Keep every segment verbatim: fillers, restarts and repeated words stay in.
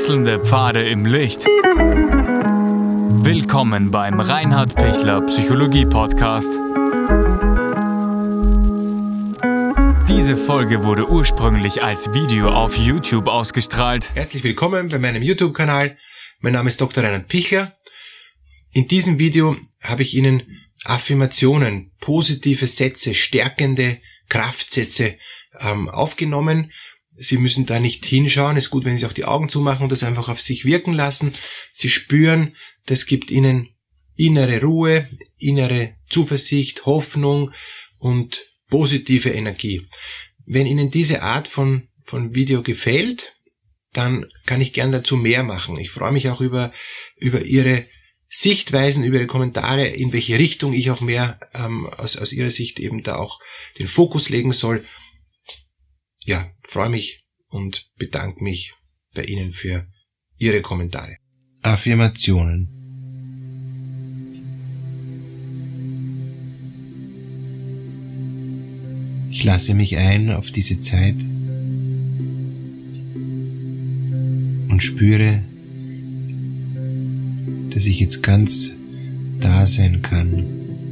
Wechselnde Pfade im Licht. Willkommen beim Reinhard Pichler Psychologie Podcast. Diese Folge wurde ursprünglich als Video auf YouTube ausgestrahlt. Herzlich willkommen bei meinem YouTube-Kanal. Mein Name ist Doktor Reinhard Pichler. In diesem Video habe ich Ihnen Affirmationen, positive Sätze, stärkende Kraftsätze ähm, aufgenommen. Sie müssen da nicht hinschauen. Es ist gut, wenn Sie auch die Augen zumachen und das einfach auf sich wirken lassen. Sie spüren, das gibt Ihnen innere Ruhe, innere Zuversicht, Hoffnung und positive Energie. Wenn Ihnen diese Art von, von Video gefällt, dann kann ich gern dazu mehr machen. Ich freue mich auch über, über Ihre Sichtweisen, über Ihre Kommentare, in welche Richtung ich auch mehr ähm, aus, aus Ihrer Sicht eben da auch den Fokus legen soll. Ja, freue mich und bedanke mich bei Ihnen für Ihre Kommentare. Affirmationen. Ich lasse mich ein auf diese Zeit und spüre, dass ich jetzt ganz da sein kann.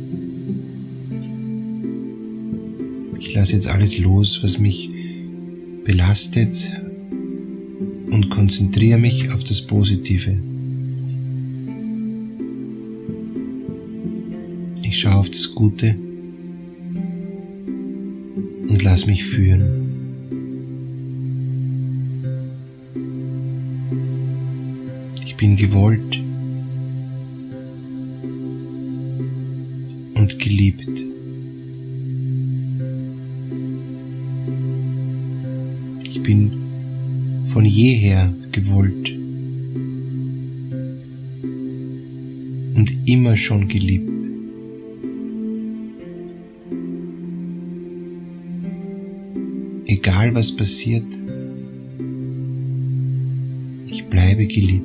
Ich lasse jetzt alles los, was mich belastet und konzentriere mich auf das Positive. Ich schaue auf das Gute und lass mich führen. Ich bin gewollt und geliebt. Ich bin von jeher gewollt und immer schon geliebt. Egal was passiert, ich bleibe geliebt.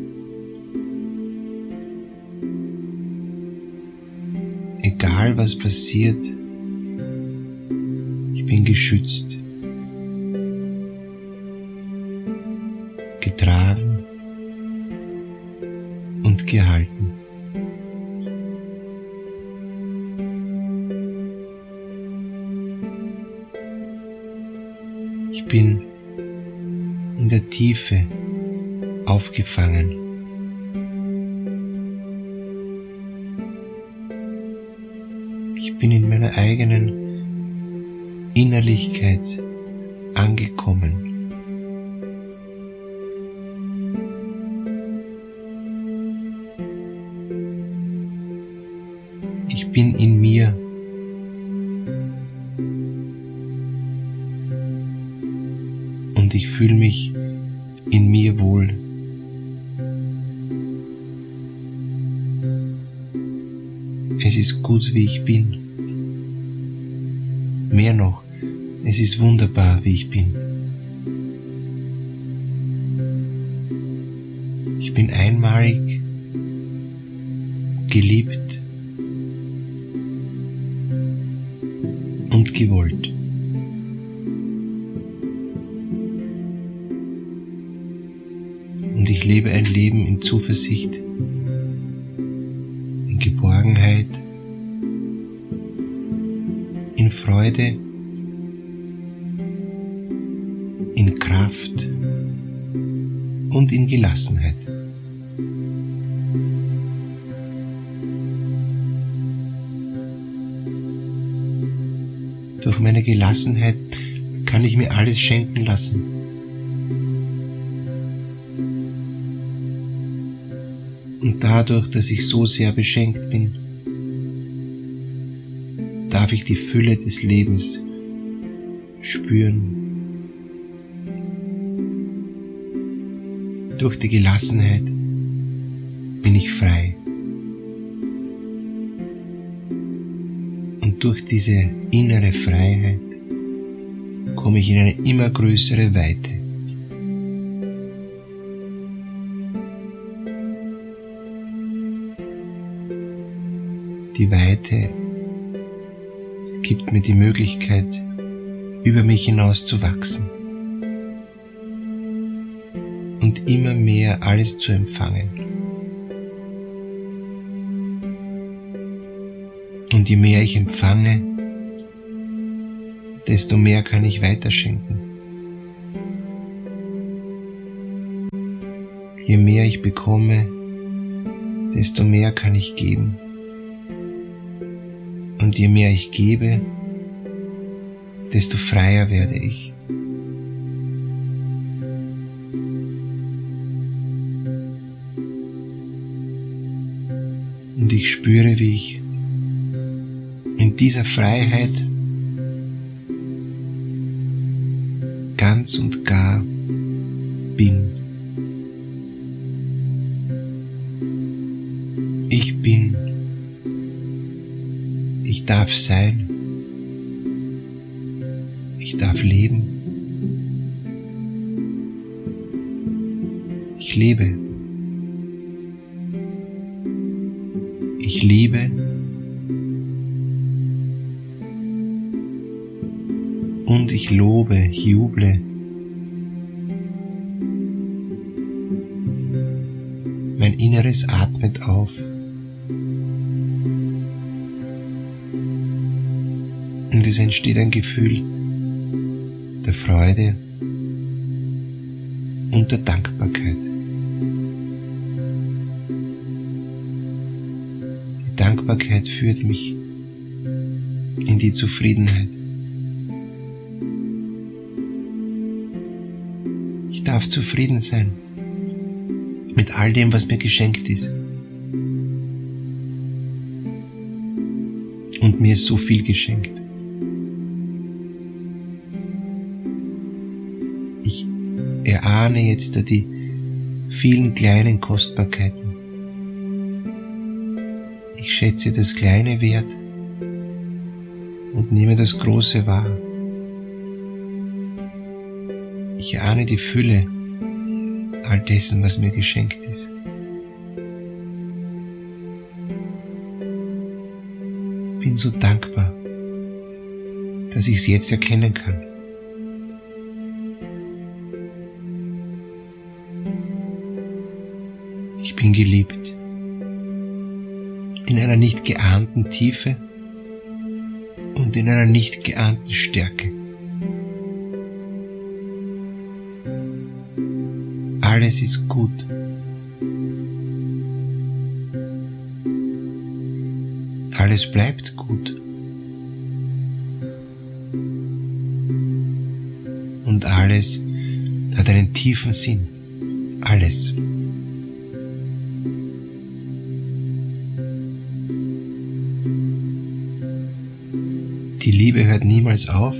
Egal was passiert, ich bin geschützt, getragen und gehalten. Ich bin in der Tiefe aufgefangen. Ich bin in meiner eigenen Innerlichkeit angekommen. Ich bin in mir. Und ich fühle mich in mir wohl. Es ist gut, wie ich bin. Mehr noch, es ist wunderbar, wie ich bin. Ich bin einmalig, geliebt und gewollt. Und ich lebe ein Leben in Zuversicht, in Geborgenheit, in Freude, in Kraft und in Gelassenheit. Durch meine Gelassenheit kann ich mir alles schenken lassen. Und dadurch, dass ich so sehr beschenkt bin, darf ich die Fülle des Lebens spüren. Durch die Gelassenheit bin ich frei. Und durch diese innere Freiheit komme ich in eine immer größere Weite. Die Weite gibt mir die Möglichkeit, über mich hinaus zu wachsen. und immer mehr alles zu empfangen. Und je mehr ich empfange, desto mehr kann ich weiterschenken. Je mehr ich bekomme, desto mehr kann ich geben. Und je mehr ich gebe, desto freier werde ich. Und ich spüre, wie ich in dieser Freiheit ganz und gar bin. Ich bin. Ich darf sein. Ich darf leben. Ich lebe. Ich liebe. Und ich lobe, juble. Mein Inneres atmet auf. Und es entsteht ein Gefühl der Freude und der Dankbarkeit. Die Dankbarkeit führt mich in die Zufriedenheit. Ich darf zufrieden sein mit all dem, was mir geschenkt ist. Und mir ist so viel geschenkt. Ich erahne jetzt die vielen kleinen Kostbarkeiten. Ich schätze das Kleine wert und nehme das Große wahr. Ich erahne die Fülle all dessen, was mir geschenkt ist. Ich bin so dankbar, dass ich es jetzt erkennen kann. Ich bin geliebt. In einer nicht geahnten Tiefe und in einer nicht geahnten Stärke. Alles ist gut. Alles bleibt gut. Und alles hat einen tiefen Sinn. Alles. Die Liebe hört niemals auf.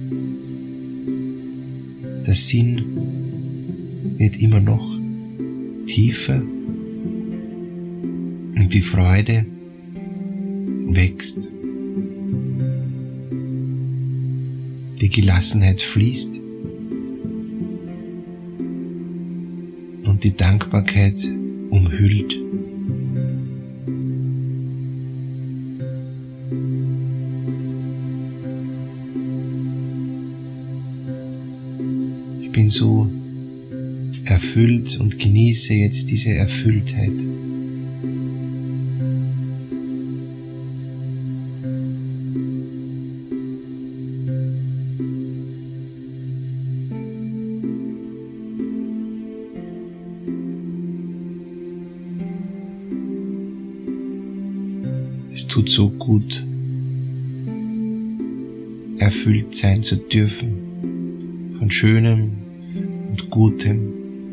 Der Sinn wird immer noch tiefer und die Freude wächst. Die Gelassenheit fließt und die Dankbarkeit umhüllt. Ich bin so erfüllt und genieße jetzt diese Erfülltheit. Es tut so gut, erfüllt sein zu dürfen von Schönem und Gutem.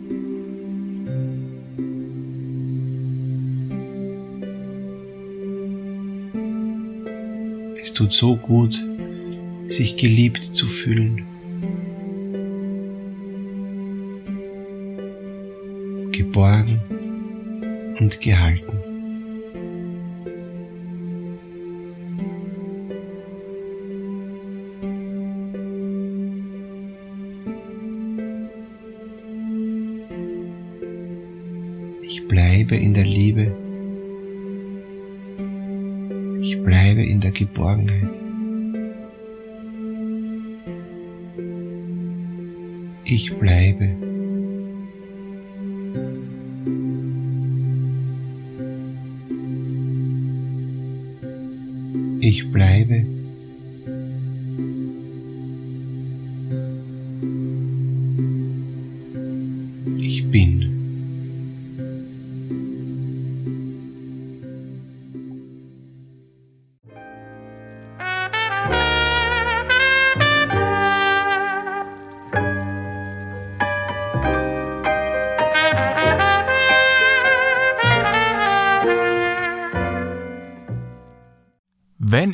Es tut so gut, sich geliebt zu fühlen, geborgen und gehalten. Ich bleibe in der Liebe. Ich bleibe in der Geborgenheit. Ich bleibe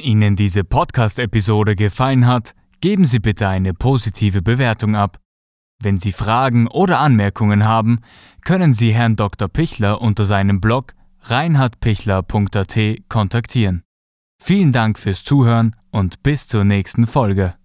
Ihnen diese Podcast-Episode gefallen hat, geben Sie bitte eine positive Bewertung ab. Wenn Sie Fragen oder Anmerkungen haben, können Sie Herrn Doktor Pichler unter seinem Blog reinhard pichler punkt a t kontaktieren. Vielen Dank fürs Zuhören und bis zur nächsten Folge.